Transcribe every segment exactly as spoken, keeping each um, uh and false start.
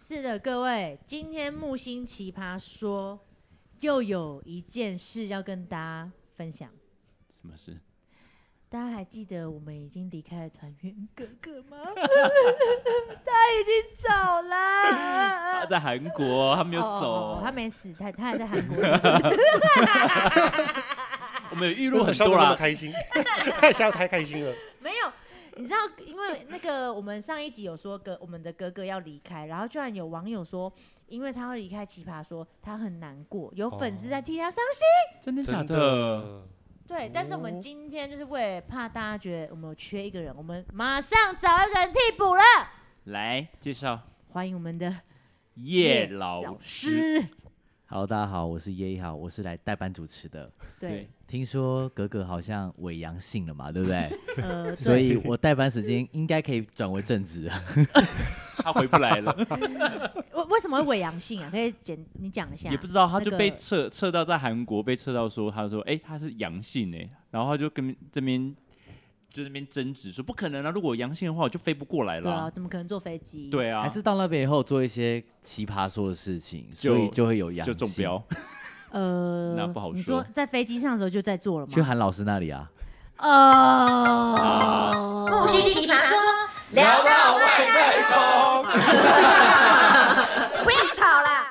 是的，各位，今天木星奇葩说又有一件事要跟大家分享。 什么事？ 大家还记得我们已经离开了团员哥哥吗？他已经走了。 他在韩国，他没有走， 哦哦哦他没死，他他还在韩国。 我们有预录很多啦， 那么开心，太笑太开心了。 没有。你知道，因为那个我们上一集有说哥，我们的哥哥要离开，然后居然有网友说，因为他要离开奇葩说，他很难过，有粉丝在替他伤心。 真的假的？ 对，但是我们今天就是为了怕大家觉得我们有缺一个人，我们马上找一个人替补了。 来介绍， 欢迎我们的叶老师。 Hello， 大家好，我是叶一豪，我是来代班主持的。 对， 听说格格好像伪阳性了嘛，对不对？ 呃， 所以我代班时间应该可以转为正职。 他回不来了。 为为什么会伪阳性啊？可以简你讲一下。 也不知道，他就被那個、 测测到在韩国被测到说，他说，哎、欸，他是阳性哎、欸，然后他就跟这边。就那边争执说不可能啊！如果阳性的话，我就飞不过来了、啊。 对啊，怎么可能坐飞机？ 对啊， 还是到那边以后做一些奇葩说的事情，所以就会有阳性， 就中标。 呃， 那不好说。 你说在飞机上的时候就在做了吗？ 去韩老师那里啊。 哦，木星奇葩说，聊到外太空。不要吵啦！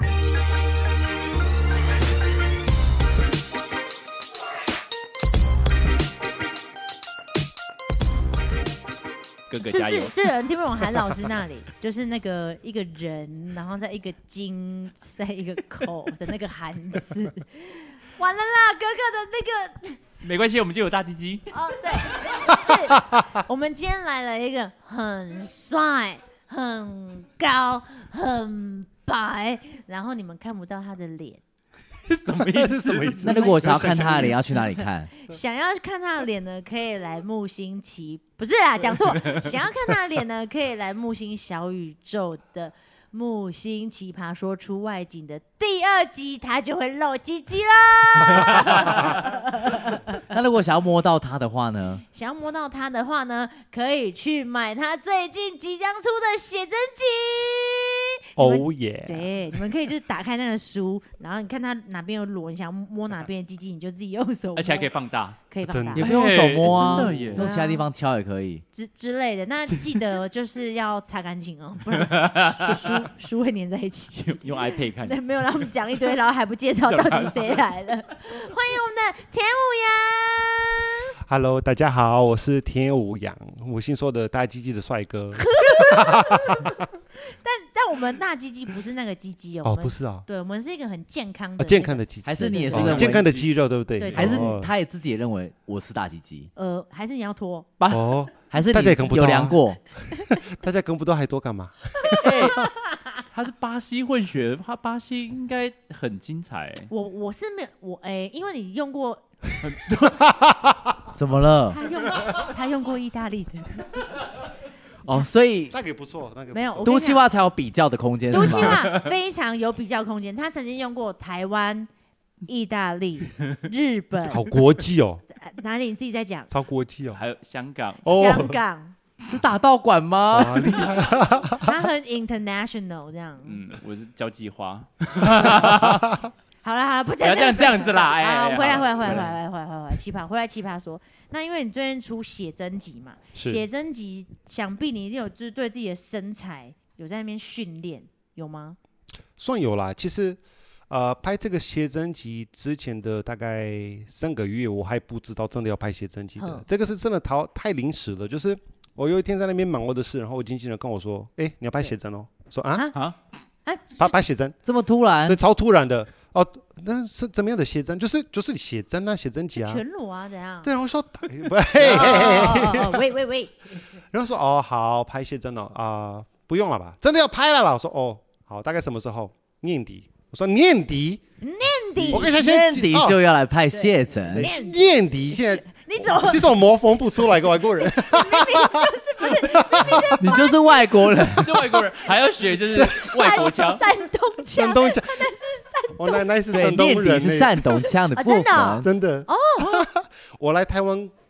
哥哥加油！ 是不是是有人听不懂韩老师那里？就是那个一个人，然后在一个金，在一个口的那个韩字。完了啦，哥哥的那个。 没关系，我们就有大鸡鸡。 哦，对，是我们今天来了一个很帅、很高、很白，然后你们看不到他的脸。 什么意思？ 什么意思？ 那如果我想要看他的脸，要去哪里看？ 想要看他的脸呢，可以来木星奇，不是啦，讲错。想要看他的脸呢，可以来木星小宇宙的木星奇葩说出外景的第二集，他就会露鸡鸡啦。 那如果想要摸到他的话呢？ 想要摸到他的话呢，可以去买他最近即将出的写真集。 哦耶！ 对，你们可以就是打开那个书，然后你看他哪边有裸，你想摸哪边的鸡鸡，你就自己用手摸， 而且还可以放大， 可以放大， 也不用手摸啊， 真的耶， 用其他地方敲也可以之之类的。那记得就是要擦干净哦，不然书书会粘在一起。 用, 用 iPad 看。 对，没有让我们讲一堆，然后还不介绍到底谁来了。欢迎我们的田武阳。 Hello， 大家好，我是田武阳，我姓说的大鸡鸡的帅哥。 但但我们大鸡鸡不是那个鸡鸡哦， 哦，不是啊， 对，我们是一个很健康的、 那個哦、健康的鸡鸡， 还是你也是认为、 哦、健康的肌肉，对不对？ 对， 还是他也自己也认为我是大鸡鸡？ 呃，还是你要脱？ 哦， 还是你有量过？ 大家跟不到还多干嘛？ 欸、他是巴西混血，他巴西应该很精彩、欸。 我我是没有我哎、欸，因为你用过。 怎么了？ 他用他用过意大利的。 哦，所以那个也不错，那个没有都气化才有比较的空间。 都气化非常有比较空间。他曾经用过台湾、意大利、日本， 好国际哦。 哪里你自己在讲？ 超国际哦。 还有香港， 香港是打道馆吗？ 哇，厉害！ 他很 international 这样。 嗯，我是交际花。 好了好了，不要这样这样子啦，哎、 欸，回来回来回来回来回来回来奇葩，回来奇葩说。那因为你最近出写真集嘛，写真集想必你一定有就是对自己的身材有在那边训练，有吗？ 算有啦，其实呃拍这个写真集之前的大概三个月，我还不知道真的要拍写真集的，这个是真的太太临时了，就是我有一天在那边忙我的事，然后我经纪人跟我说，哎、欸，你要拍写真哦，说啊啊啊， 拍拍写真， 这么突然？ 对，超突然的。哦，那是怎么样的写真？就是就是写真啊，写真集啊， 全裸啊，怎样？ 对，然后说，不， 喂喂喂， 然后说哦，好，拍写真哦，啊、呃，不用了吧？真的要拍了啦。我说哦，好，大概什么时候？年底。我说年底， 年底， 我跟你说， 年底就要来拍写真。 年底现在。 你怎么？ 其实我模仿不出来个外国人， 明明就是不是， 你就是外国人， 是外国人，还要学就是外国腔， 山东腔， 山东腔， 那是山东， 我那那是山东人， 是山东腔的部分， 啊、真的、哦， 真的哦。我来台湾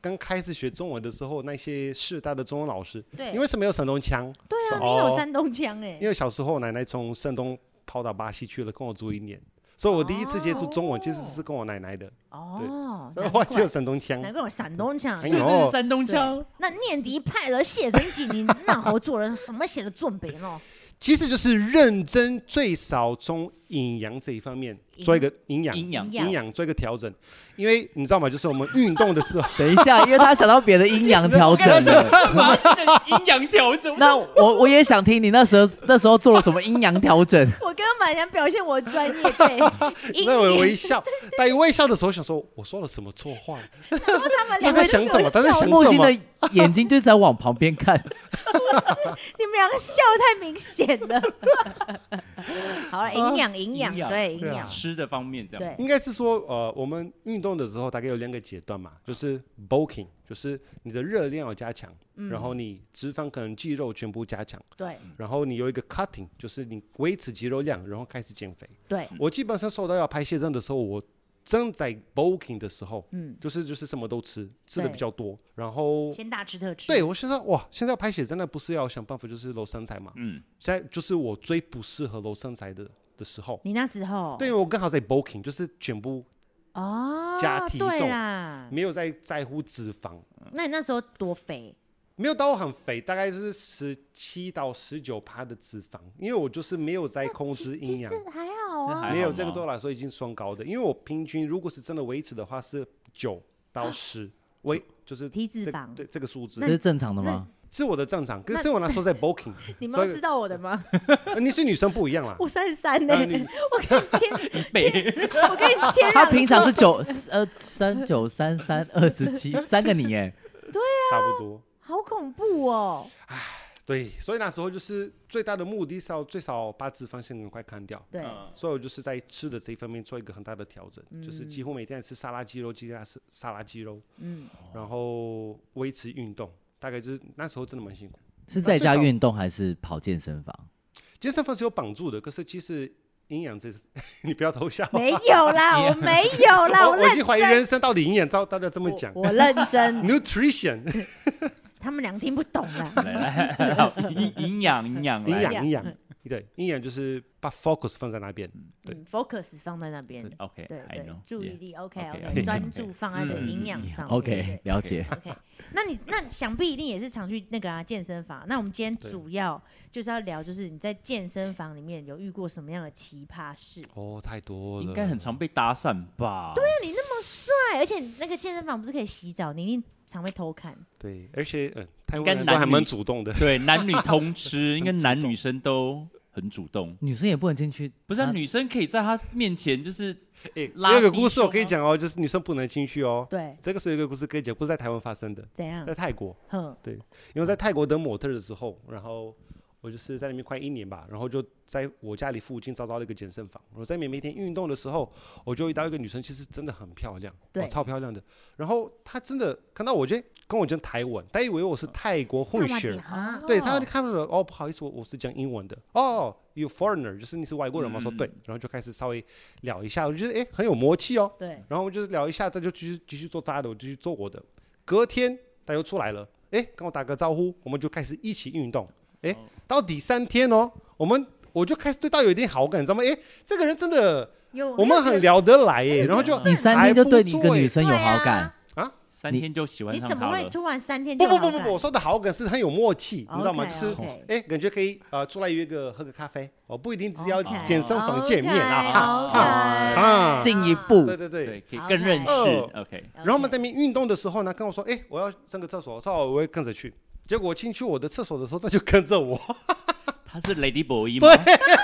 刚开始学中文的时候，那些师大的中文老师， 对， 因为是没有山东腔。 对啊， 说你有哦山东腔哎、 因为小时候奶奶从山东跑到巴西去了，跟我住一年，所以我第一次接触中文其实是跟我奶奶的， 哦， 所以我还是有山东腔。 难怪我山东腔。 哎所以这是山东腔。 那念迪派了写成几年，那好做人什么写的准备咯？ 其实就是认真，最少从营养这一方面做一个营养营养营养做一个调整，因为你知道吗？就是我们运动的时候， 等一下，因为他想到别的阴阳调整了。 干嘛现在阴阳调整？ 那我我也想听你那时候那时候做了什么阴阳调整？ 我刚刚蛮想表现我专业，对， 那我微笑，但一微笑的时候想说，我说了什么错话？ 然后他们他两个在想什么？他在想木星什么？ 的眼睛就在往旁边看。 你们两个笑太明显了。好了，营养营养， 营养对营对啊养， 吃的方面这样。 对应该是说，呃，我们运动的时候大概有两个阶段嘛，就是 bulking，就是你的热量要加强，然后你脂肪可能肌肉全部加强， 对然后你有一个 cutting，就是你维持肌肉量，然后开始减肥。 对， 我基本上受到要拍写真的时候，我正在 bulking 的时候， 嗯， 就是就是什么都吃，吃的对比较多，然后先大吃特吃。 对我现在哇，现在要拍写真的不是要想办法就是露身材嘛， 嗯， 现在就是我最不适合露身材的的时候。 你那时候对，因为我刚好在 bulking，就是全部哦， 加体重对啦。 没有在在乎脂肪， 那你那时候多肥？ 没有到很肥，大概是十七到十九趴的脂肪，因为我就是没有在控制营养其，实还好啊。 这还好没有这个吗对我来说已经算高的，因为我平均如果是真的维持的话是九到十，维就是这体脂肪对这个数字这是正常的吗？ 是我的正常，可是我那时候在 bulking，所以你们要知道我的吗？ 呃你是女生不一样啦， 我三十三呢， 啊你我跟你天， 北我跟你天壤他平常是之九呃三九三三二十七三个你哎， 差不多。 好恐怖哦。 对，所以那时候就是最大的目的是要最少把脂肪先赶快砍掉， 对， 嗯所以我就是在吃的这一方面做一个很大的调整，就是几乎每天吃沙拉鸡肉，鸡拉是沙拉鸡肉， 嗯， 然后维持运动，大概就是那时候真的蛮辛苦。 是在家运动还是跑健身房？ 健身房是有帮助的，可是其实营养这是你不要偷笑， 没有啦，我没有啦， 我我已认经怀疑真， 人生到底营养到到底要这么讲我我认真， ，nutrition 他们俩听不懂啦。 来来来，营营养营养营来养营养，对，营养就是把 focus 放在那边，对嗯，focus 放在那边， ，OK， 对 I 对 know，， 注意 yeah， 力，OK OK， OK，专注放在的嗯营养上面。 OK，了解。 对 OK，那你那想必一定也是常去那个啊健身房。那我们今天对主要就是要聊，就是你在健身房里面有遇过什么样的奇葩事？ 哦，太多了， 应该很常被搭讪吧？对， 那你那么帅，而且那个健身房不是可以洗澡，你一定常被偷看。 对，而且嗯，台应该湾人都还蛮男女主动的， 对，男女通吃，应该男女生都很主动。 女生也不能进去， 不是啊啊女生可以在他面前就是哎， 拉有一个故事低胸吗我可以讲哦，就是女生不能进去哦， 对， 这个是有一个故事可以讲，不是在台湾发生的， 怎样在？泰国。 哼， 因为在泰国等模特的时候，然后我就是在那边快一年吧，然后就在我家里附近找到了一个健身房。我在每每天运动的时候，我就遇到一个女生，其实真的很漂亮， 对哇超漂亮的。然后她真的看到我，就跟我讲台文，她以为我是泰国混血， 啊， 对，她就看到了，哦，不好意思，我我是讲英文的，哦，you foreigner，就是你是外国人吗？ 嗯说对，然后就开始稍微聊一下，我就觉得哎很有默契哦。 对， 然后我就是聊一下，他就继续继续做他的，我继续做我的。隔天他又出来了，哎，跟我打个招呼，我们就开始一起运动。哎，到第三天哦，我们我就开始对他有一点好感，你知道吗？哎，这个人真的有我们很聊得来耶，然后就你三天就对一个女生有好对感啊， 三天就喜欢你怎么上他了。 会突然三天就好感不不不不不，我说的好感是很有默契，你知道吗？ OK， 就是 OK 哎，感觉可以呃出来约个喝个咖啡，我不一定只要 OK， 健身房见面啊 OK，OK 啊进一步对对对。 对，可以 OK 更认识。 哦 OK， 然后我们在那边运动的时候呢，跟我说，哎，我要上个厕所，我说我会跟着去。结果我进去我的厕所的时候，他就跟着我。 他是 Lady Boy 吗？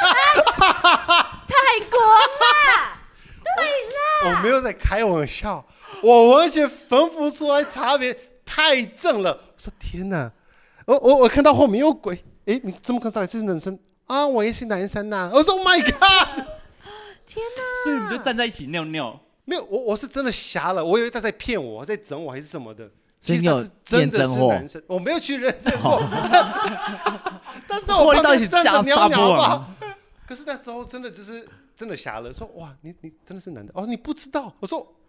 泰国啦， 我没有在开玩笑，我完全分不出来差别，太正了。我说天哪，我我我看到后面有鬼，哎，你怎么看出来这是男生啊？我也是男生呐、啊。我说 Oh my God， 天哪！ 所以你们就站在一起尿尿。 没有，我我是真的瞎了，我以为他在骗我，在整我还是什么的。 所以你有其实他是真的验证货是男生，我没有去认证过，但是我扩到一起旁边站着炸炸尿尿好不破好？可是那时候真的就是真的瞎了，说哇，你你真的是男的哦，你不知道？我说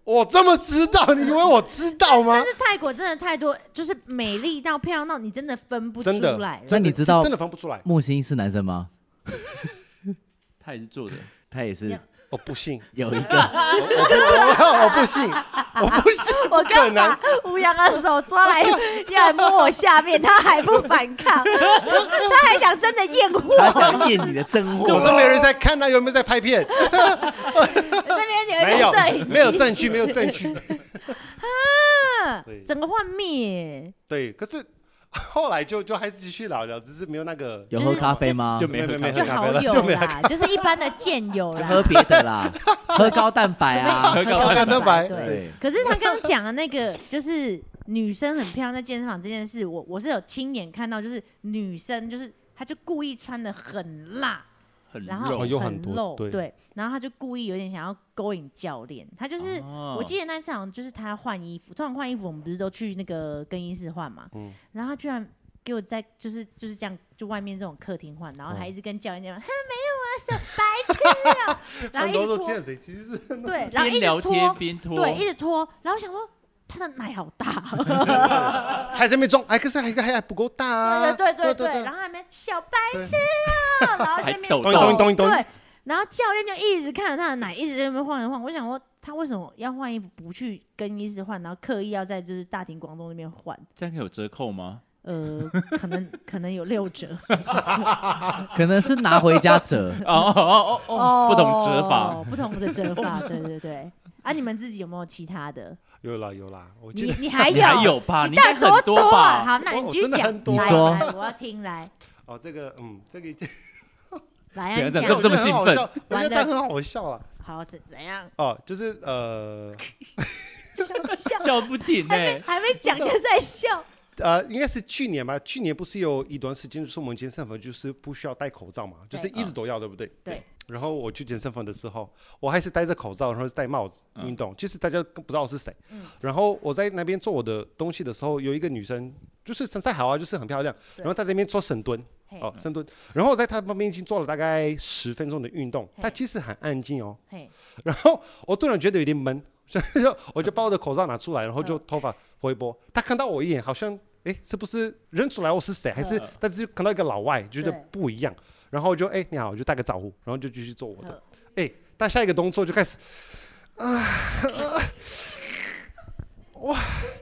我这么知道，你以为我知道吗但？是泰国真的太多，就是美丽到漂亮到你真的分不出真的来了。 真的那你知道是真的分不出来。 木星是男生吗？ 他也是做的， 他也是我不信， 有一个， 我我不信，我不信， 我不可刚能把。吴阳的手抓来要来摸我下面，他还不反抗，他还想真的验货。 他想验你的真货。 我是没有人在看他有没有在拍片， 这边有一没有个摄影机， 没有证据，没有证据。 啊对整个幻灭。 对，可是后来就就还是继续聊聊，只是没有那个有喝咖啡吗？ 就没喝咖啡就好友就没喝啦，就是一般的健友啦。 就喝别的啦，喝高蛋白啊。 喝高高蛋白对。 对， 可是他刚刚讲的那个，就是女生很漂亮在健身房这件事，我我是有亲眼看到，就是女生就是她就故意穿的很辣， 很然后肉哦有很很多露， 对对，然后她就故意有点想要勾引教练，她就是。 哦我记得那次好像就是她换衣服，通常换衣服我们不是都去那个更衣室换嘛， 嗯然后她居然给我在就是就是这样，就外面这种客厅换，然后还一直跟教练讲，哈、没有啊，什白痴啊，然后一直拖很多都这，样子，其实是对，然后一直边聊天拖， 边拖， 对，一直拖，然后想说他的奶好大， 还在那边装，哎，可是还还还不够大啊。 对对对对对，然后还没小白痴啊，然后在那边还抖咚咚咚咚， 对，然后教练就一直看着他的奶，一直在那边晃来晃。我想说，他为什么要换衣服不去更衣室换，然后刻意要在就是大庭广众那边换？ 这样可以有折扣吗？ 呃，可能可能有六折可能是拿回家折。 哦哦哦哦，不同折法， 不同的折法，对对对。啊，你们自己有没有其他的？ 有啦有啦，我记得你你还有你还有吧？ 你你应该到底多很多啊？ 吧？ 好，那我你继续讲真的很。多来你说来我要听来。 哦，这个嗯，这个来啊，你怎样怎样讲这么兴奋我觉得很好笑我觉得他很好笑啊。 好是怎样？ 哦，就是呃笑笑， 笑不停哎， 还没讲就在笑。 呃，应该是去年吧？去年不是有一段时间，就是我们健身房就是不需要戴口罩嘛，就是一直都要，对不对？ 对。 然后我去健身房的时候，我还是戴着口罩，然后是戴帽子运动。其实大家不知道我是谁。然后我在那边做我的东西的时候，有一个女生，就是身材好啊，就是很漂亮。然后她在那边做深蹲，哦，深蹲。然后我在她旁边已经做了大概十分钟的运动，她其实很安静哦。然后我突然觉得有点闷，所以就我就把我的口罩拿出来，然后就头发拨一拨。她看到我一眼，好像哎，是不是认出来我是谁？还是但是看到一个老外，觉得不一样。然后就哎、欸、你好，我就打个招呼，然后就继续做我的。哎、欸，但下一个动作就开始啊啊！哇！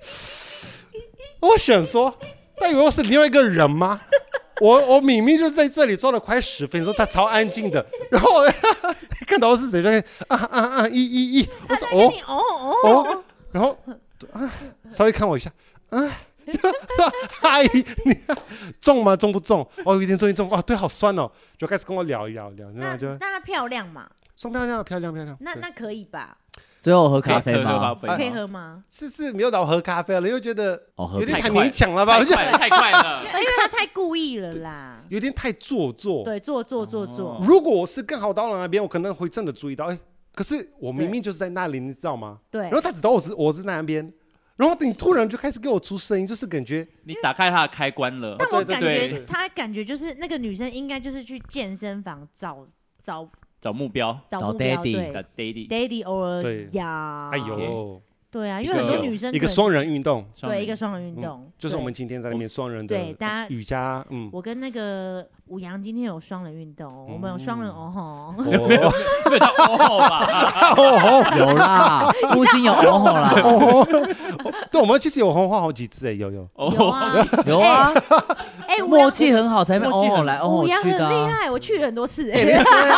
我想说，他以为我是另外一个人吗？我我明明就在这里做了快十分钟，他超安静的。然后我看到我是谁，就啊啊啊一一一，我说哦哦哦，然后啊稍微看我一下，啊。阿姨，你重吗？重不重？哦，有点重，有点重。哦，对，好酸哦。就开始跟我聊一聊，聊，然后就那她漂亮嘛？ 双漂亮，漂亮，漂亮。 那那可以吧？ 最后喝咖啡吗？ 可以喝吗？ 是是没有到喝咖啡了，因为觉得哦， 有点太勉强了吧？我觉得太快了， 因为他太故意了啦。 有点太做作。 对，做做做做。 如果我是刚好到了那边，我可能会真的注意到，哎，可是我明明就是在那里，你知道吗？ 对。 然后他知道我是我是那边。然后你突然就开始给我出声音，就是感觉你打开他的开关了。 但我感觉他感觉就是那个女生应该就是去健身房找找找目标， 找目标， 对 ，daddy daddy 偶尔呀， 哎呦， 对啊，因为很多女生一个双人运动， 对，一个双人运动， 就是我们今天在那边双人的对大家瑜伽，嗯， 我跟那个武阳今天有双人运动，我们有双人哦吼， 没有到哦吼吧？ 有啦，木星有哦吼啦， 哦，对，我们其实有红花好几次哎，有有有啊有啊， 哎， 默契很好才被哦吼来哦吼去的， 武阳很厉害，我去了很多次哎。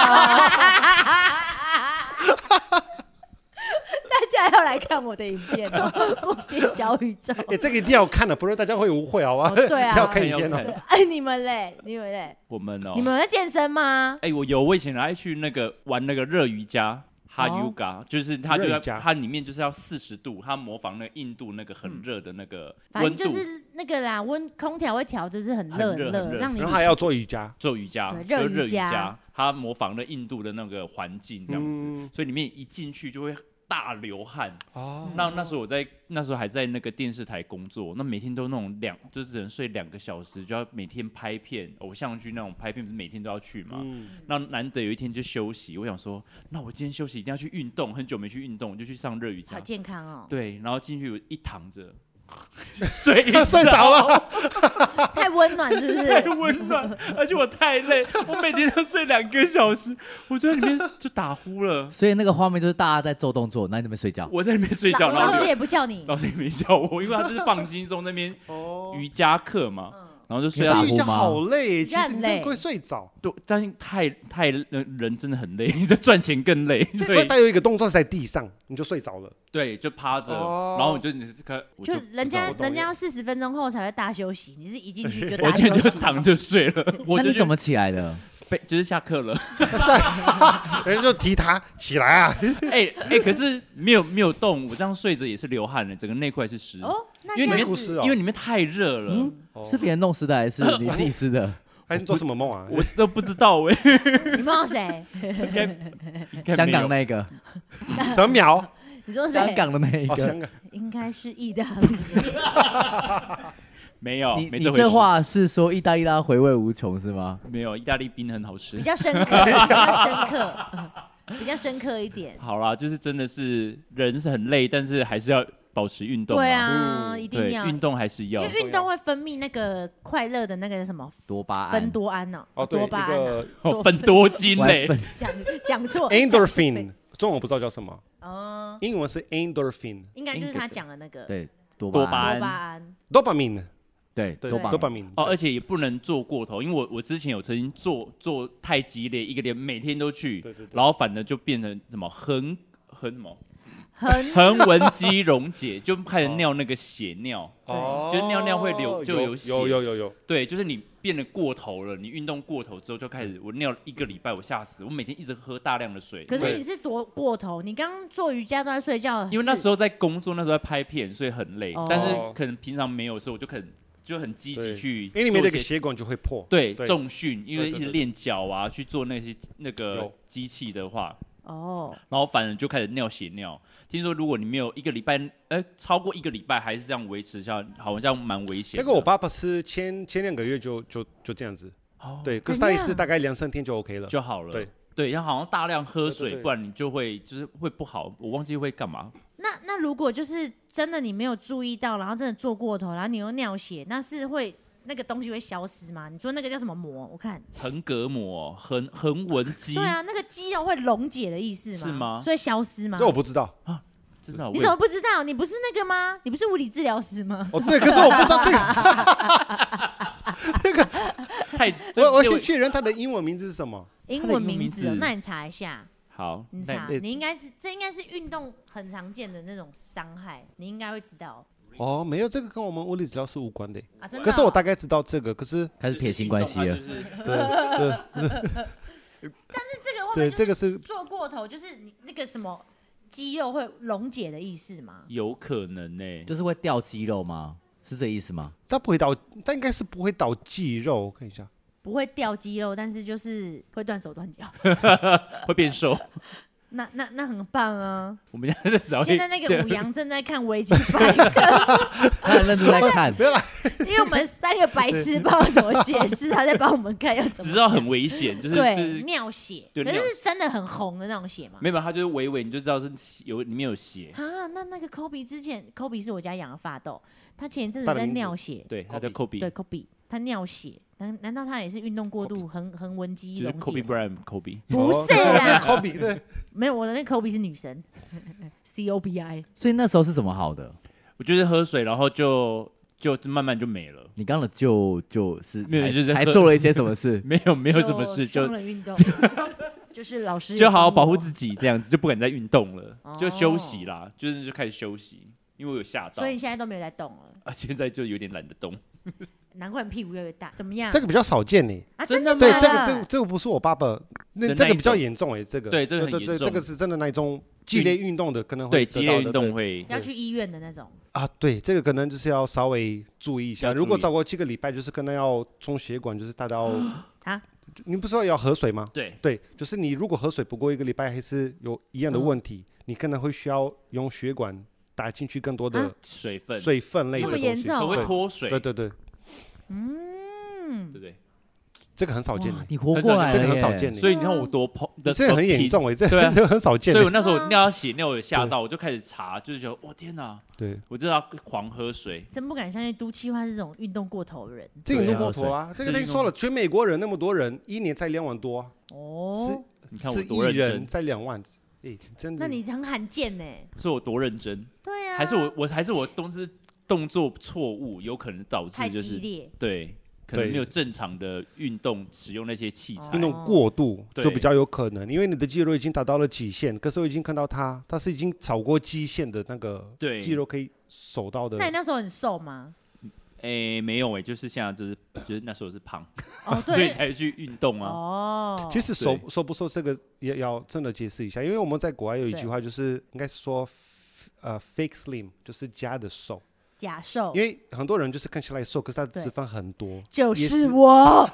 大家要来看我的影片哦，木星小宇宙。 哎，这个一定要看的，不然大家会误会好吧？ 对啊， 要看影片哦。 哎，你们嘞？你们嘞？ 我们哦， 你们有在健身吗？ 哎，我有，我以前爱去那个玩那个热瑜伽。哈 Yoga 就是它就要它里面就是要四十度，它模仿那个印度那个很热的那个温度， 就是那个啦，温空调会调，就是很热很热， 让你然后还要做瑜伽， 做瑜伽， 热瑜伽， 它模仿那印度的那个环境这样子，所以里面一进去就会大流汗。 哦， 那那时候我在那时候还在那个电视台工作，那每天都那种两就是只能睡两个小时，就要每天拍片，偶像剧那种拍片不是每天都要去嘛。嗯、那难得有一天就休息，我想说，那我今天休息一定要去运动，很久没去运动，我就去上热瑜伽， 好健康哦。 对，然后进去一躺着。睡睡着了， 太温暖是不是？ 太温暖，而且我太累，我每天都睡两个小时，我在里面就打呼了。 所以那个画面就是大家在做动作，那你在那边睡觉。 我在里面睡觉， 老师也不叫你， 老师也没叫我，因为他就是放轻松那边瑜伽课嘛。嗯然后就睡到瑜伽好累，其实你真的会睡着。 对，但是太太人真的很累，你在赚钱更累。 所以他有一个动作是在地上，你就睡着了。 对，就趴着，哦、然后我就你看， 就人家人家要四十分钟后才会大休息，你是一进去就大休息，我就躺着睡了。 那你怎么起来的？ 被就是下课了， 人家就提他起来啊！ 哎哎、欸欸，可是没有没有动，我这样睡着也是流汗的，整个内裤还是湿。 哦， 因为里面因为里面太热了、嗯哦，是别人弄湿的还是你自己湿的？ 还是做什么梦啊？ 我都不知道哎、 欸。你梦到谁？ 香港那个什么苗？ 你说谁？ 香港的那一个？ 哦、香港应该是意大利。 没有， 你没这你这话是说意大利拉回味无穷是吗？ 没有，意大利冰很好吃， 比较深刻，比较深刻，比较深刻一点。 好啦，就是真的是人是很累，但是还是要保持运动。 对啊，嗯、一定要运动还是要， 因为运动会分泌那个快乐的那个什么多巴胺、 芬多胺呢、 哦， 多巴胺、啊， 哦，芬多精嘞， 讲讲错 ，endorphin， 中文不知道叫什么， 哦， 英文是 endorphin， 应该就是他讲的那个， 对， 多巴胺， 多巴胺 ，dopamine。 对，多巴胺哦，而且也不能做过头，因为我我之前有曾经做做太激烈，一个连每天都去， 对对对， 然后反而就变成什么横横什么横横纹肌溶解，就开始尿那个血尿， 哦， 就尿尿会流就有血， 有有有有， 对，就是你变得过头了，你运动过头之后就开始，我尿一个礼拜，我吓死，我每天一直喝大量的水。 可是你是多过头，你刚刚做瑜伽都在睡觉， 因为那时候在工作，那时候在拍片，所以很累，哦、但是可能平常没有的时候，我就可能。就很积极去， 因为里面那个血管就会破。 对，重训，因为一直练脚啊，去做那些那个机器的话，哦，然后反而就开始尿血尿。听说如果你没有一个礼拜，呃，超过一个礼拜还是这样维持下，好像蛮危险的。 这个我爸爸是前前两个月就就就这样子，哦，对，可是他也是大概两三天就 OK 了， 就好了。 对对，要好像大量喝水，不然你就会就是会不好。我忘记会干嘛。 那那如果就是真的你没有注意到，然后真的做过头，然后你又尿血，那是会那个东西会消失吗？你说那个叫什么膜？我看横膈膜、横横纹肌。 对啊，那个肌肉会溶解的意思吗？ 是吗？ 所以消失吗？ 这我不知道啊，真的？ 你怎么不知道？你不是那个吗？你不是物理治疗师吗？ 哦，对，可是我不知道这个。这个太， 我我先确认他的英文名字是什么？ 英文名字，那你查一下。 好， 你查，你应该是这应该是运动很常见的那种伤害，你应该会知道。 哦，没有，这个跟我们物理治疗是无关的。 啊，真的、哦。 可是我大概知道这个，可是开始撇清关系了。 就是、 对对。 但是这个会不对这个是做过头，就是你那个什么肌肉会溶解的意思吗？ 有可能呢、欸， 就是会掉肌肉吗？是这意思吗？ 它不会倒，它应该是不会倒肌肉。我看一下。 不会掉肌肉，但是就是会断手断脚， 会变瘦。 那那那很棒啊！ 我们现在在现在那个武阳正在看维基百科， 他很认真在看， 没有啦， 因为我们三个白痴不知道怎么解释，他在帮我们看要怎么。 只知道很危险，就是对、 就是、 尿血，可是是真的很红的那种血吗？ 没有，他就是微微你就知道是有里面有血啊。那那个 Kobe 之前 ，Kobe 是我家养的发豆，他前一阵子在尿血， 对，他叫 Kobe， 对 Kobe， 他尿血。难难道他也是运动过度横横纹肌溶解？ 就是 Kobe Bryant Kobe， 不是啦 ，Kobe 对， 没有，我的那个 Kobe 是女神 ，C O B I。 所以那时候是怎么好的？ 我就是喝水，然后就就慢慢就没了。 你刚刚的就就是没有，就是还做了一些什么事？ 没有，没有什么事，就了运动，就是老师就好好保护自己，这样子就不敢再运动了， 哦、 就休息啦，就是就开始休息，因为我有吓到。 所以你现在都没有在动了啊？现在就有点懒得动。 难怪你屁股越来越大，怎么样？ 这个比较少见呢。 啊，真的吗？ 对，这个这个这个不是我爸爸，那这个比较严重哎，这个对，这个很严重。 这个是真的那一种激烈运动的，可能会对激烈运动会要去医院的那种啊。对，这个可能就是要稍微注意一下。如果超过几个礼拜，就是可能要冲血管，就是大家要啊。 你不是说要喝水吗？ 对对，就是你如果喝水不过一个礼拜，还是有一样的问题。 你可能会需要用血管打进去更多的水分， 水分类的这么东西， 严重啊可会脱水， 对对对， 嗯， 对不对？ 这个很少见的， 哇你活过来了这个很耶少见的， 所以你看我多胖的， 这个很严重哎，这对啊这个很少见的， 所以我那时候尿到血尿，我有吓到，我就开始查，就是觉得哇天哪， 对， 我就要狂喝水。 真不敢相信都气化是这种运动过头的人这个运动对啊过头啊，这个听说了，全美国人那么多人，一年才两万多啊， 哦。 你看我是多认亿人真， 才两万，哎，真的， 那你很罕见呢。 所以我多认真， 对啊， 还是我我还是我动是动作错误，有可能导致太就是激烈， 对，可能对没有正常的运动使用那些器材。 运动过度对就比较有可能，因为你的肌肉已经达到了极限，可是我已经看到它，它是已经超过极限的那个对肌肉可以守到的那。你那时候很瘦吗？ 哎，没有哎，就是现在就是就是那时候是胖， 哦， 所以才去运动啊。 哦， 其实瘦对瘦不瘦这个也要真的解释一下，因为我们在国外有一句话，就是应该是说，呃，fake slim 就是假的瘦， 假瘦因，为很多人就是看起来瘦，可是他的对脂肪很多， 就是也是我，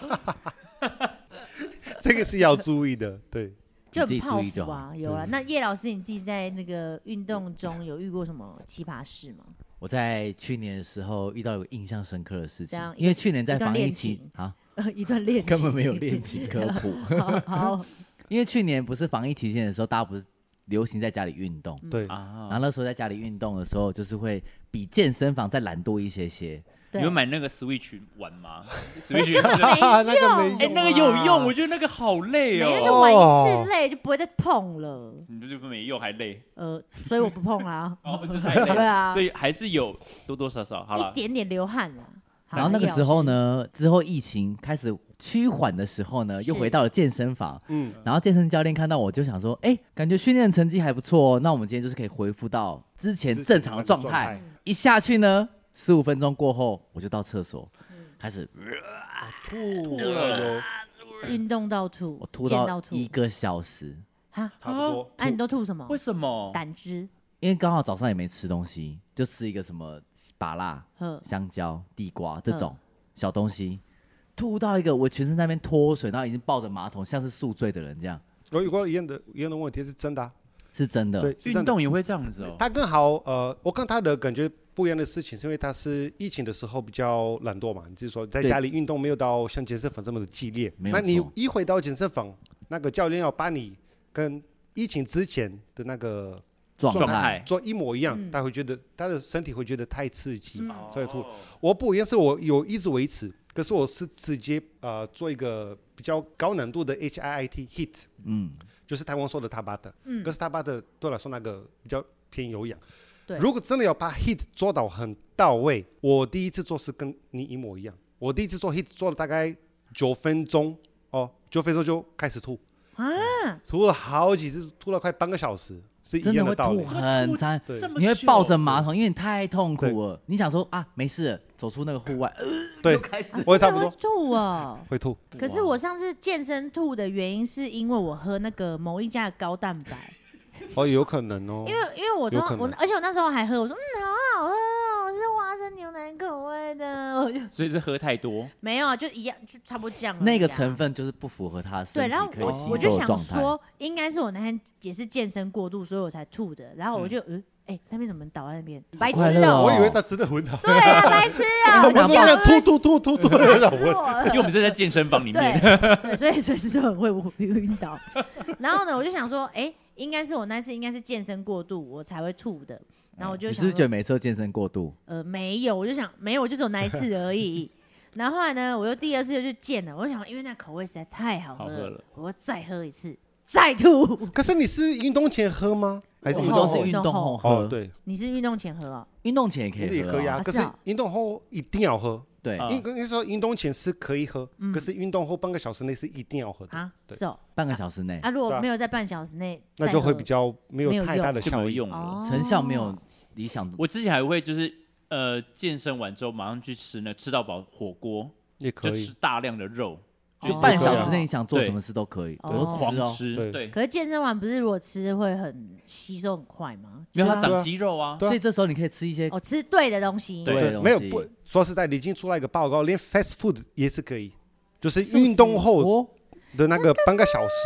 这个是要注意的。对， 就你自己很泡注意就好芙啊，有啊。那叶老师，你自己在那个运动中有遇过什么奇葩事吗？ 我在去年的时候遇到有个印象深刻的事情这样， 因为去年在一段恋防疫期情啊， 一段恋情根本没有恋情科普。 好，好因为去年不是防疫期间的时候，大家不是流行在家里运动， 对， 啊然后那时候在家里运动的时候，就是会比健身房再懒惰一些些。 对你会买那个 Switch 玩吗？Switch 根本没那个没用， 用哎，那个有用，我觉得那个好累没用哦。 就玩一次累就不会再碰了。 你就没用还累， 呃，所以我不碰啊。 哦，这太累了。 对啊， 所以还是有多多少少好了。 一点点流汗啦。好然后那个时候？呢，之后疫情开始趋缓的时候呢， 是又回到了健身房。 嗯， 然后健身教练看到我就想说，哎，感觉训练成绩还不错哦，那我们今天就是可以恢复到之前正常的状态。一下去呢，十五分钟过后，我就到厕所，开始吐了有运动到吐， 我吐到见到吐一个小时， 哈， 差不多。 那你都吐什么为？什么？ 胆汁， 因为刚好早上也没吃东西，就吃一个什么芭乐、 呵， 香蕉、地瓜这种小东西，吐到一个我全身那边脱水，然后已经抱着马桶，像是宿醉的人这样， 有有过一样的一样的问题是真的啊， 是真的。 对，是真的。 运动也会这样子哦。 他更好，呃，我跟他的感觉不一样的事情，是因为他是疫情的时候比较懒惰嘛，你就是说在对家里运动没有到像健身房这么的激烈。 没有那你错一回到健身房，那个教练要把你跟疫情之前的那个状状态态做一模一样， 嗯他会觉得他的身体会觉得太刺激， 嗯所以吐。我不一样，是我有一直维持，可是我是直接呃做一个比较高难度的 H I I T hit， 嗯， 就是台湾说的塔巴的， 嗯可是塔巴的对我来说那个比较偏有氧。 对如果真的要把 hit 做到很到位，我第一次做是跟你一模一样。我第一次做 hit 做了大概九分钟，哦，九分钟就开始吐， 啊， 吐了好几次，吐了快半个小时，是一真的会吐样道理。 很惨， 对这么你会久抱着马桶，因为你太痛苦了。你想说啊，没事了，走出那个户外，呃， 对又，开始啊我也差不多真的会吐哦。 会吐。 可是我上次健身吐的原因是因为我喝那个某一家的高蛋白， 哦，有可能哦。 因为因为我通有可能我而且我那时候还喝，我说嗯好好喝哦，是花生牛奶口味的，我就所以是喝太多， 没有啊，就一样，就差不多这样而已啊。 那个成分就是不符合他的身对， 体然后我可以吸我就想收的状态。 说，应该是我那天也是健身过度，所以我才吐的。然后我就嗯，哎、那边怎么倒在那边？白痴哦、 快乐哦我以为他真的闻到， 对啊，白痴啊！ 我们这样吐吐吐吐吐吐，让我闻。 因为我们这在健身房里面。 对对，所以随时就很会晕倒。然后呢，我就想说，哎、应该是我那次应该是健身过度，我才会吐的。然后我就想说， 你是不是觉得每次都健身过度？ 呃，没有，我就想没有，我就只有那一次而已。然后后来呢，我又第二次又去健了，我就想，因为那口味实在太好喝了， 好喝了我要再喝一次，再吐。 可是你是运动前喝吗？还是我运动后们都是运？动后喝， 哦，对， 你是运动前喝哦？ 运动前也可也以喝啊。 可以啊。可是啊是哦运动后一定要喝。 对， 啊应该说运动前是可以喝，可是运动后半个小时内是一定要喝的， 啊， 对是哦。 半个小时内啊，如果对啊没有在半小时内， 那就会比较没没有有太大的就效益。 没有用了。 哦成效没有理想。 我之前还会就是呃健身完之后马上去吃那吃到饱火锅， 也可以就吃。大量的肉，就哦半小时内你想做什么事都可以， 对都狂吃哦。 吃。 对对， 可是健身完不是如果吃会很吸收很快吗？ 没有它对啊长肌肉啊。 对啊所以这时候你可以吃一些哦，吃对的东西。 对对的东西没有不说实在的，已经出来一个报告，连 fast food 也是可以，就是素食运动后哦， 的那个半个小时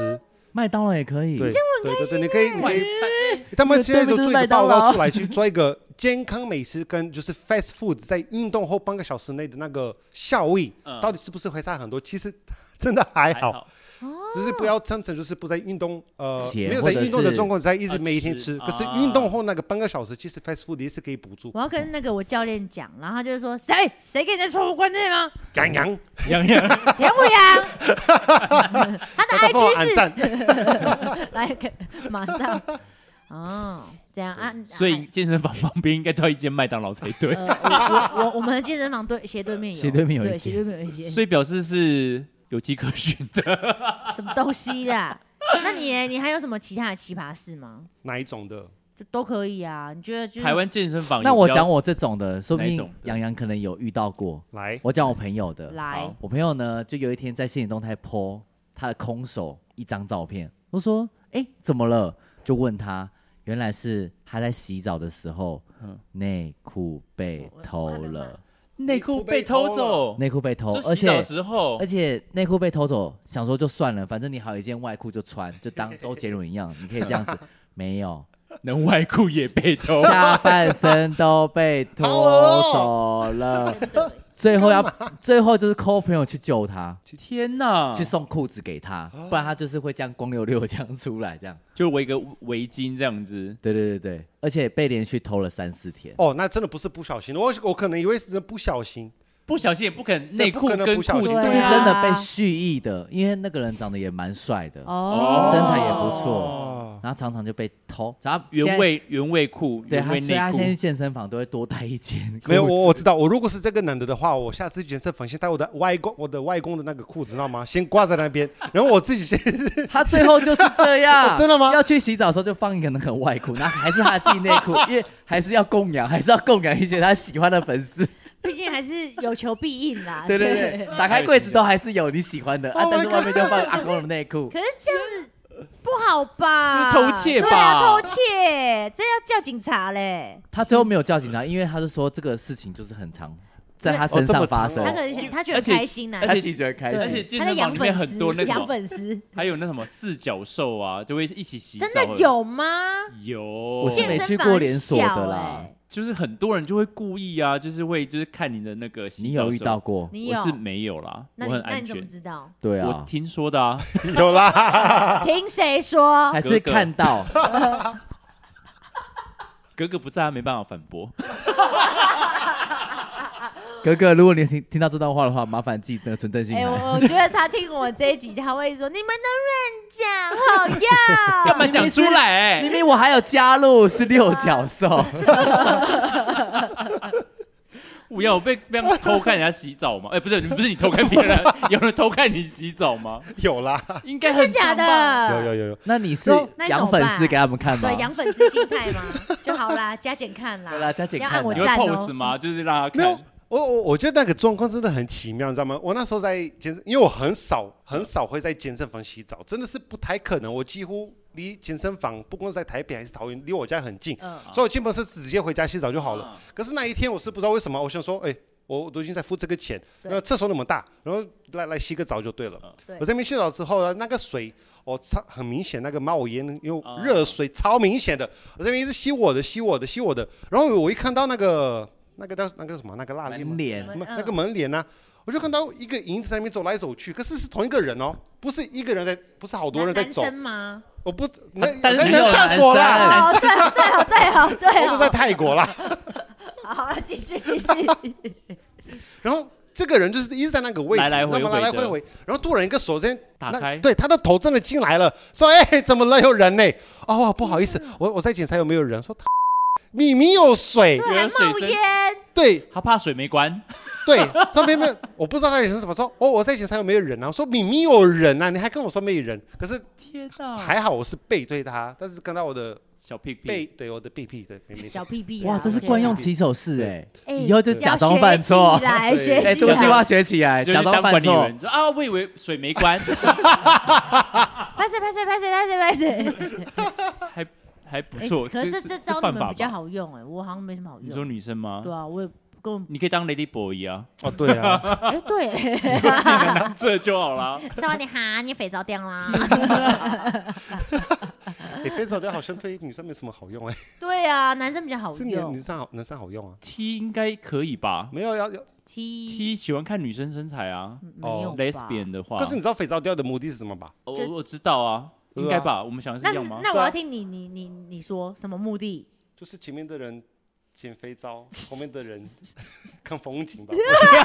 麦当劳也可以。 对对对对，你可以你可以，他们现在都做一个报告出来，去做一个健康美食跟就是 fast food 在运动后半个小时内的那个效益，嗯、到底是不是会差很多？其实真的还好。还好只是不要真正就是不在运动，呃，没有在运动的状况，在一直每一天吃。可是运动后那个半个小时，其实 fast food 也是可以补助。 我要跟那个我教练讲，然后他就是说，谁谁给你在错误观念吗？ 杨洋， 杨洋， 杨不杨？他的 I G 是，来，马上。哦，这样啊， 所以健身房旁边应该都要一间麦当劳才对。 呃、我我我们的健身房对斜对面有， 斜对面有一间， 对斜对面有一间， 所以表示是有迹可循的。 什么东西啦？那你你还有什么其他的奇葩事吗？ 哪一种的？ 就都可以啊。你觉得就台湾健身房？ 那我讲我这种的，说不定杨洋可能有遇到过。 来， 我讲我朋友的。 来， 我朋友呢，就有一天在限时动态 po 他的空手一张照片，我说：“哎、欸，怎么了？”就问他。原来是他在洗澡的时候，内裤被偷了， 内裤被偷走， 内裤被偷， 而且时候， 而且内裤被偷走，想说就算了，反正你还有一件外裤就穿，就当周杰伦一样，你可以这样子，没有， 那外裤也被偷， 下半身都被拖走了。最后要，最后就是 call 朋友去救他。 天哪！ 去送裤子给他，不然他就是会这样光溜溜这样出来，这样就围个围巾这样子。 对对对对，而且被连续偷了三四天。 哦，那真的不是不小心，我我可能以为是不小心。 不小心也不可能内裤跟裤子， 是真的被蓄意的，因为那个人长得也蛮帅的，哦，身材也不错，然后常常就被偷。然后原味原味裤， 对，他所以他现在去健身房都会多带一件。 没有，我我知道，我如果是这个男的的话，我下次健身房先带我的外公，我的外公的那个裤子，知道吗？先挂在那边，然后我自己先。 他最后就是这样， 真的吗？ 要去洗澡的时候就放一个那个外裤，那还是他自己内裤，因为还是要供养，还是要供养一些他喜欢的粉丝。 毕竟还是有求必应啦。 对对对，打开柜子都还是有你喜欢的，啊，但是外面就放阿公的内裤。 可是这样子不好吧？ 这是偷窃吧？ 对啊，偷窃，这要叫警察嘞。 他最后没有叫警察，因为他是说这个事情就是很常在他身上发生。 他可能想，他觉得开心呐， 他其实觉得开心。 而且健身房里面很多那养粉丝， 还有那什么四脚兽啊，就会一起洗澡。 真的有吗？ 有， 我是没去过连锁的啦。 就是很多人就会故意啊，就是会就是看你的那个洗澡。 你有遇到过？ 你有？ 我是没有啦，我很安全。 那你怎么知道？ 对啊， 我听说的啊， 有啦。 听谁说？ 还是看到？ 格格不在，他没办法反驳。 哥哥，如果你听听到这段话的话，麻烦记得存证信函。 哎、欸，我觉得他听我这一集，他会说：“你们都乱讲，好呀， 干嘛讲出来、欸？ 明明我还有加入是六角兽。” 不要，我被被偷看人家洗澡吗？哎、欸，不是，不是你偷看别人，有人偷看你洗澡吗？ 有啦， 应该很假的。 有有有有。 那你是养粉丝给他们看吗？ 对，养粉丝心态吗？就好啦，加减看啦。 对啦，加减看。 要按我赞哦。你会 pose 吗？就是让他看。 没有。我我我觉得那个状况真的很奇妙，你知道吗？我那时候在健身，因为我很少很少会在健身房洗澡，真的是不太可能。我几乎离健身房，不光是在台北还是桃园，离我家很近，嗯、所以我基本是直接回家洗澡就好了。嗯、可是那一天我是不知道为什么，我想说，哎、欸，我都已经在付这个钱，那厕所那么大，然后来来洗个澡就对了。嗯、我在那边洗澡之后呢，那个水哦，超很明显，那个冒烟，因为热水超明显的。我这边一直洗我的，洗我的，洗我的，然后我一看到那个。那个叫那个什么？那个蜡门帘， 那个门帘呢、啊？我就看到一个影子在那边走来走去，可是是同一个人哦，不是一个人在，不是好多人在走。 男生吗？ 我不， 那但是能厕所啦。 哦，对哦，对哦，对哦，对哦。我都在泰国啦。 好了，继续继续。 然后这个人就是一直在那个位置， 来来回回， 来来回回。然后突然一个手先打开， 对，他的头真的进来了，说：“哎、欸，怎么了？有人呢、欸？”哦，不好意思，我我在检查有没有人。说。明明有水， 有人冒烟， 对， 他怕水没关， 对，上面没有，我不知道他是什么。说哦，我在检查有没有人啊？我说明明有人啊，你还跟我说没人，可是天哪， 还好我是背对他，但是跟到我的小屁屁， 背对我的屁屁，对， 小屁屁、啊， 哇，这是惯用起手式哎、欸，以后就假装犯错， 来学起来， 哎，多西话学起来，假装犯错， 说啊，我以为水没关， 拍谁拍谁拍谁拍谁拍谁， 还。还不错、 欸，可是这这招你们比较好用哎、欸，我好像没什么好用。 你说女生吗？ 对啊，我也跟你可以当 Lady Boy 啊， 哦，对啊， 哎对， 尽量当这就好啦。 萨瓦迪哈，你肥皂掉啦。 哎，肥皂掉好像对女生没什么好用哎， 对啊，男生比较好是女用女。生好男生好用啊， T 应该可以吧没有要要， T ？T 喜欢看女生身材啊没有吧 ，Lesbian 的话， 可是你知道肥皂掉的目的是什么吧？ 就我我知道啊， 对啊应该吧？我们想的是那是一样吗？ 那我对啊要听你你你你说什么目的？ 就是前面的人捡肥皂，后面的人看风景吧。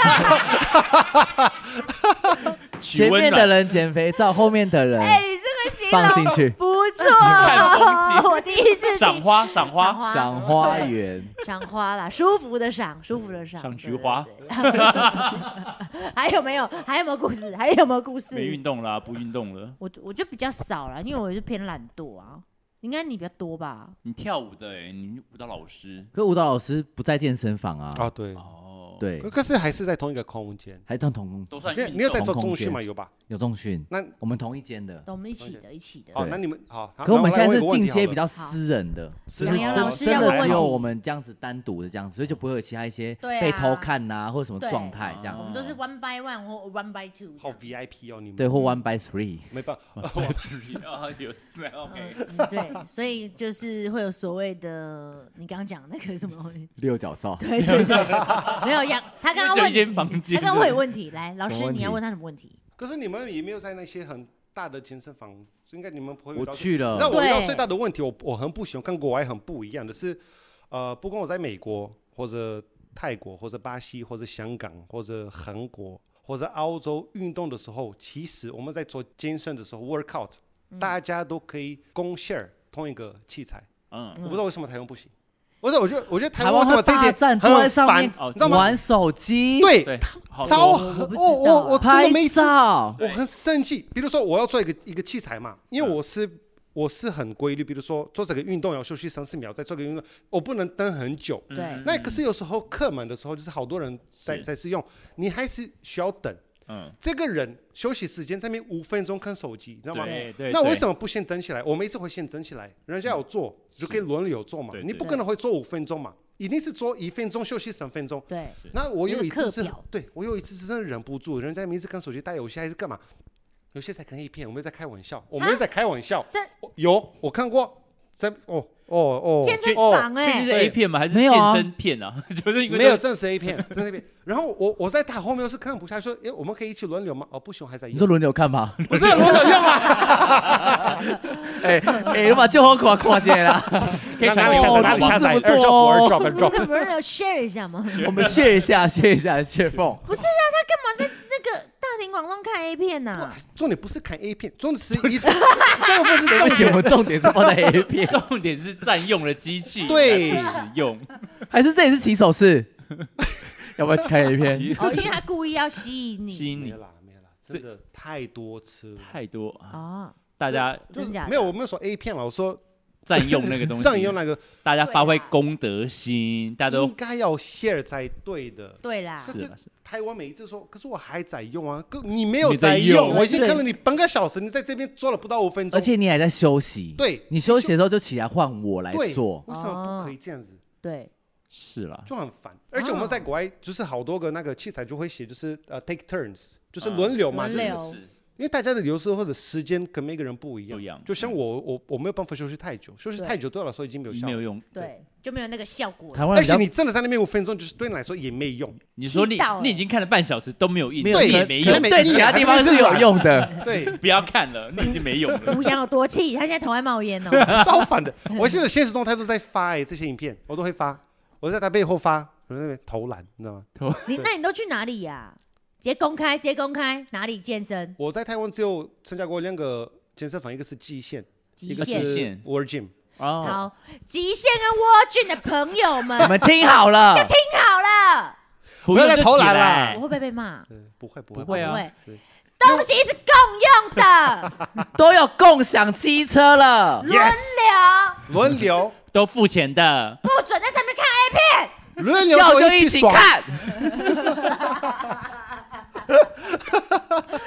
前面的取温暖人减肥照，后面的人哎，这个形放进去容不错看风景我第一次听赏花，赏花， 赏花园。 赏花啦，舒服的赏，舒服的赏， 赏菊花对。对对还有没有？还有没有故事？还有没有故事？ 没运动啦，不运动了。 我我就比较少了，因为我是偏懒惰啊。应该你比较多吧？ 你跳舞的哎，你舞蹈老师可舞蹈老师不在健身房啊， 啊，对， 哦， 对， 可是还是在同一个空间。 还同同你都算运动。 你有在做同空间中训吗？有吧？ 有重训， 那我们同一间的。 我们一起的，一起的。 好， 对那你们好。好可我们现在是那我有个问题好了进阶比较私人的， 私就是真杨洋老师真要问问题的只有我们这样子单独的这样子，所以就不会有其他一些对啊被偷看呐、或者什么对状态这样我。们都是 one by one 或 one by two。 好 V I P 哦，你们对，或 one by three。 没办法。 啊，有是 OK。 嗯，对，所以就是会有所谓的你刚刚讲那个什么东西， 六角哨。 对对对，没有杨，他刚刚就一问间房间他刚刚问有问题，来，老什么问题师你要问他什么问题？ 可是你们也没有在那些很大的健身房，应该你们不会遇我到。 去了那我遇到对最大的问题，我我很不喜欢，跟国外很不一样的是，呃，不管我在美国或者泰国或者巴西或者香港或者韩国或者澳洲运动的时候，其实我们在做健身的时候 workout，、大家都可以共 share 同一个器材。 嗯， 我不知道为什么台湾不行。不是，我觉得我觉得台台湾为湾会霸什么这一点占坐在很烦， 上面你知道吗？ 玩手机、 对， 对，好超多我不知我我道我真的拍每次照。 我很生气。比如说我要做一个一个器材嘛，因为我是我是很规律，比如说做这个运动要休息三十秒，再做个运动，我不能等很久。 对， 那可是有时候客满的时候，就是好多人在是在使用，你还是需要等。 嗯， 这个人休息时间在那边五分钟看手机，你知道吗？ 对对。 那为么？ 什么不先整起来？我们一次会先整起来，人家有做就可以轮流做嘛对。对你不可能会做五分钟嘛，一定是做一分钟休息三分钟。 对， 那我有一次是那个课表， 对我有一次是真的忍不住，人家明明是看手机带游戏还是干嘛？有些在看 A 片，我们在开玩笑，我们在开玩笑这。 有我看过，在哦哦哦， 健身哦房哎确定是 A 片吗？还是没有啊健身片啊？就是因为没有，真的是 A 片，真的是 A 片。然后我我在他后面我是看不下去，说，哎，我们可以一起轮流吗？哦，不行，我还在用。 你说轮流看吗？ 不是轮流用啊？ 哎哎，你把旧货看看见啦， 可以哪里下载传给我哪里下载不错 ，AirDrop 哦 AirDrop AirDrop。 可不可以 share 一下吗？ 我们 share 一下，share 一下，share 缝。 不是啊，他干嘛在那个大庭广众看 A 片呢？ 重点不是看 A 片，重点是一直，这个不是对不起， 重点我。们重点是放在 A 片， 重点是占用了机器， 对不使用。 还是这也是起手式？要不要去看 A 片？ 哦，因为他故意要吸引你吸引你没了没了，真的太多次了。 太多啊， 哦， 大家真假的？ 没有，我没有说 A 片了，我说占用那个东西， 占用那个大家发挥公德心，大家都应该要 share 才对的。 对啦， 可是是啊是台湾每一次说，可是我还在用啊，可你没有你在用， 用我已经对看了你半个小时，你在这边做了不到五分钟， 而且你还在休息。 对你休息的时候就起来换我来对， 做。 为什么不可以这样子？ 对， 是啦， 就很烦。而且我们在国外就是好多个那个器材就会写，就是呃 take turns，就是轮流嘛，就是轮流因为大家的流失或者时间跟每个人不一样， 不一样就像我我我没有办法休息太久，休息对太久对我来说已经没有效果。 没有用。 对，就没有那个效果了。 而台湾人比较且你真的在那边五分钟，就是对你来说也没用。 你说你气到欸你已经看了半小时都没有印， 没有你也可没用可能，对其他地方是有用的。 对， 不要看了，你已经没用了。 吴阳有多气？他现在头还冒烟哦。 超烦的。我现在现实动态都在发哎、这些影片我都会发，我在他背后发，我在那边投篮，你知道吗？ 你那你都去哪里呀？直接公开，直接公开哪里健身？ 我在台湾只有参加过两个健身房，一个是极限，一个极限。 是极限 World Gym。 哦， 好，极限跟蜗菌的朋友们， 你们听好了， 听好了， 不不要再投篮了我会不会被骂？ 嗯，不会不会不会啊不会对， 东西是共用的， 都有共享机车了。 轮流， 轮流都付钱的， 不准在上面看 A 片。 轮流都要就一起起爽。 看。 我在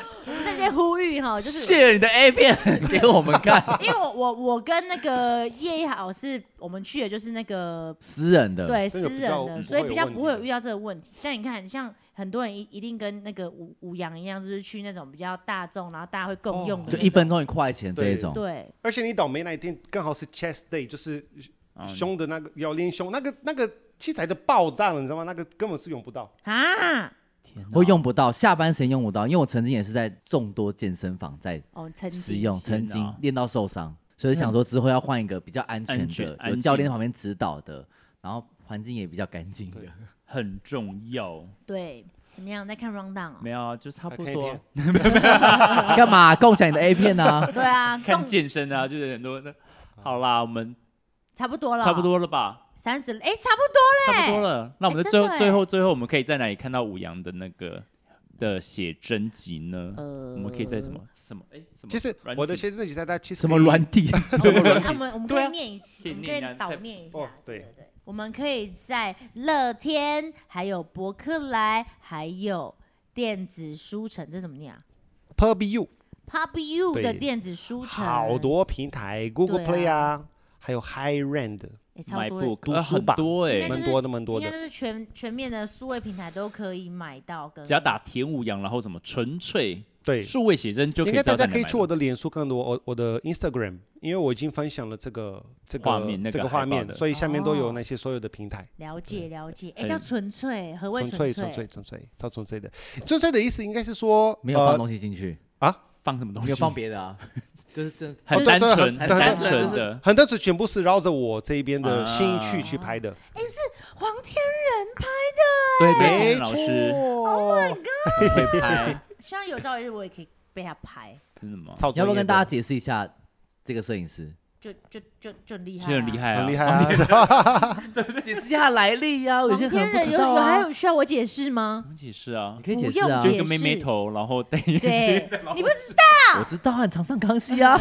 在这边呼吁哈，就是谢你的 A 片给我们看， 因为我我我跟那个叶一豪是我们去的就是那个私人的， 对这个私人比较的，所以比较不会有问题不会有遇到这个问题。但你看，像很多人一一定跟那个五五羊一样，就是去那种比较大众，然后大家会共用的那种， 就一分钟一块钱这一种。 对， 而且你倒霉那一天刚好是 chest day， 就是胸的那个要练胸，那个那个器材的爆炸了，你知道吗？那个根本是用不到。 啊， 我用不到，下班时间用不到，因为我曾经也是在众多健身房在哦，曾经使用，曾天哪经练到受伤，所以想说之后要换一个比较安全安全的， 安静有教练在旁边指导的，然后环境也比较干净的。 很重要。 对，怎么样？在看 round down 哦？ 没有啊，就差不看一多片干嘛共享你的 A 片啊？ 对啊， 看共健身啊，就是很多的。好啦，我们差不多了， 差不多了吧？ 三十，哎，差不多嘞， 差不多了。那我们哎在最后真的哎最后最后，我们可以在哪里看到五羊的那个的写真集呢？ 呃我们可以在什么什么哎什么？ 其实软体我的写真集在它其实什么可以软体？ 我们我们我们可对啊以念一次， 可以我们可以念一下再导念一下。 哦对对对，我们可以在乐天、还有博客来、还有电子书城，这怎么念啊 p u b u ？Puppy U 对的电子书城， 好多平台，Google 对啊 Play 啊，还有 High Rand， 哎，超多的。 MyBook 呃很读书吧多哎应该，就是蛮多的蛮多应该的。 就是全全面的数位平台都可以买到跟， 只要打田五羊，然后什么纯粹对， 数位写真就可以应该大知道在哪里买家可以去我到。 的脸书看到我我的 Instagram，因为我已经分享了这个这个画面那个这个画面， 海报的所以下面都哦有那些所有的平台。 了解了解，哎， 很叫纯粹，何谓纯粹纯纯粹纯粹超纯粹的，纯粹的意思应该是说没有放呃东西进去， 放什么东西？ 没有放别的啊，就是这很哦对对单纯， 很很单很单纯纯的。 很多是全部是绕着我这边的啊兴趣去拍的， 黄天仁拍的， 对对， 没天老师错， 很会拍， 希望有朝一日我也可以被他拍， 真的吗？ 超专业的你要不要跟大家解释一下这个摄影师？ 就就就就很厉害、啊， 就很厉害啊， 很厉害啊！ 解释一下他的来历啊，有黄些可能天仁有不知道啊。 有还有需要我解释吗我？们解释啊你，可以解释啊不用， 就解一个妹妹头，然后戴眼对镜，， 你不知道， 我知道很常上康熙啊。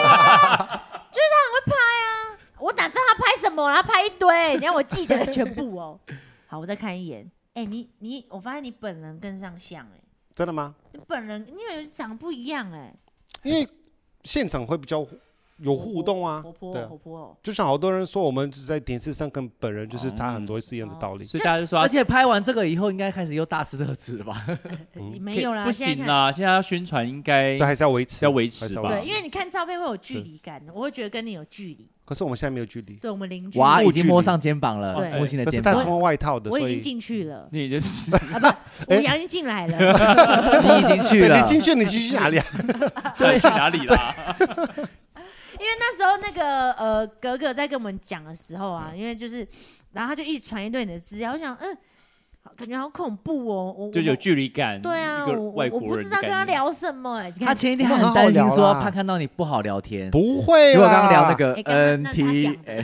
我哪知道他拍什么？他拍一堆，你让我记得全部哦。好，我再看一眼。哎、你你，我发现你本人更上相哎、 真的吗？ 你本人因为长得不一样哎、 因为现场会比较有互动啊活，泼对啊活泼哦。 就像好多人说我们只在电视上跟本人就是差很多是一样的道理。 所以大家就说而他且拍完这个以后，应该开始又大肆特吃了吧？ 嗯没有啦， 不现在看。 行啦，现在要宣传应该对，还是要维持， 要维持吧对，因为你看照片会有距离感，我会觉得跟你有距离。 可是我们现在没有距离， 对我们邻居， 哇， 物距离已经摸上肩膀了， 对木星的可是肩膀， 他穿外套的，所以我已经进去了你就是啊，不，吴阳已经进来了。 你已经去了对你。进去，你去哪里啊？ 对去哪里啦？ 因为那时候那个呃格格在跟我们讲的时候啊，因为就是，然后他就一直传一堆你的资料，我想嗯，好感觉好恐怖哦，我就有距离感， 对啊， 一个我外国我不知道人的概念。 跟他聊什么哎、 他前一天我们很担心说好好聊啦怕看到你不好聊天， 不会啦， 结果刚刚聊那个哎刚刚 N 那他 T， 讲的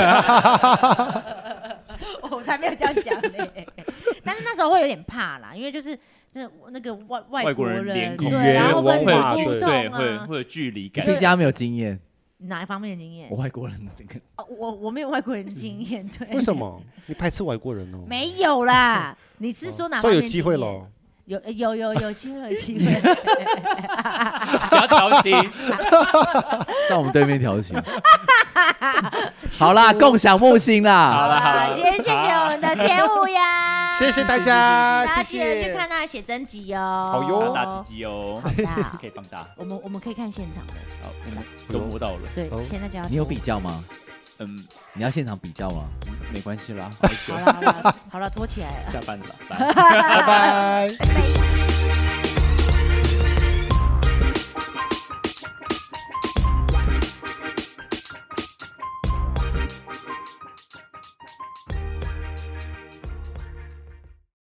哎我才没有这样讲嘞。但是那时候会有点怕啦，因为就是就是那个外外外国人人脸孔对， 语言然后会文化互对动对，会啊， 会有距离感毕。竟他没有经验， 哪一方面的经验我？外国人的那个哦，我我没有外国人经验，对， 为什么？你排斥外国人哦？ 没有啦？你是说哪方面所以有机会经验喽。 有有有有机会，有机会。 不要调情， 在我们对面调情。好啦，共享木星啦。 好了好了今天谢谢我们的田五呀， 谢谢大家， 大家谢记得去谢。 看他的写真集哦。 好哟放大自己哦， 好大可以放大。 我们我们可以看现场的， 好，我们都摸到了。 对哦， 现在就要你有比较吗？ 嗯， 你要现场比较吗？ 没关系啦， 好了好了好了，拖起来了， 下班了，拜。 拜拜。 拜拜。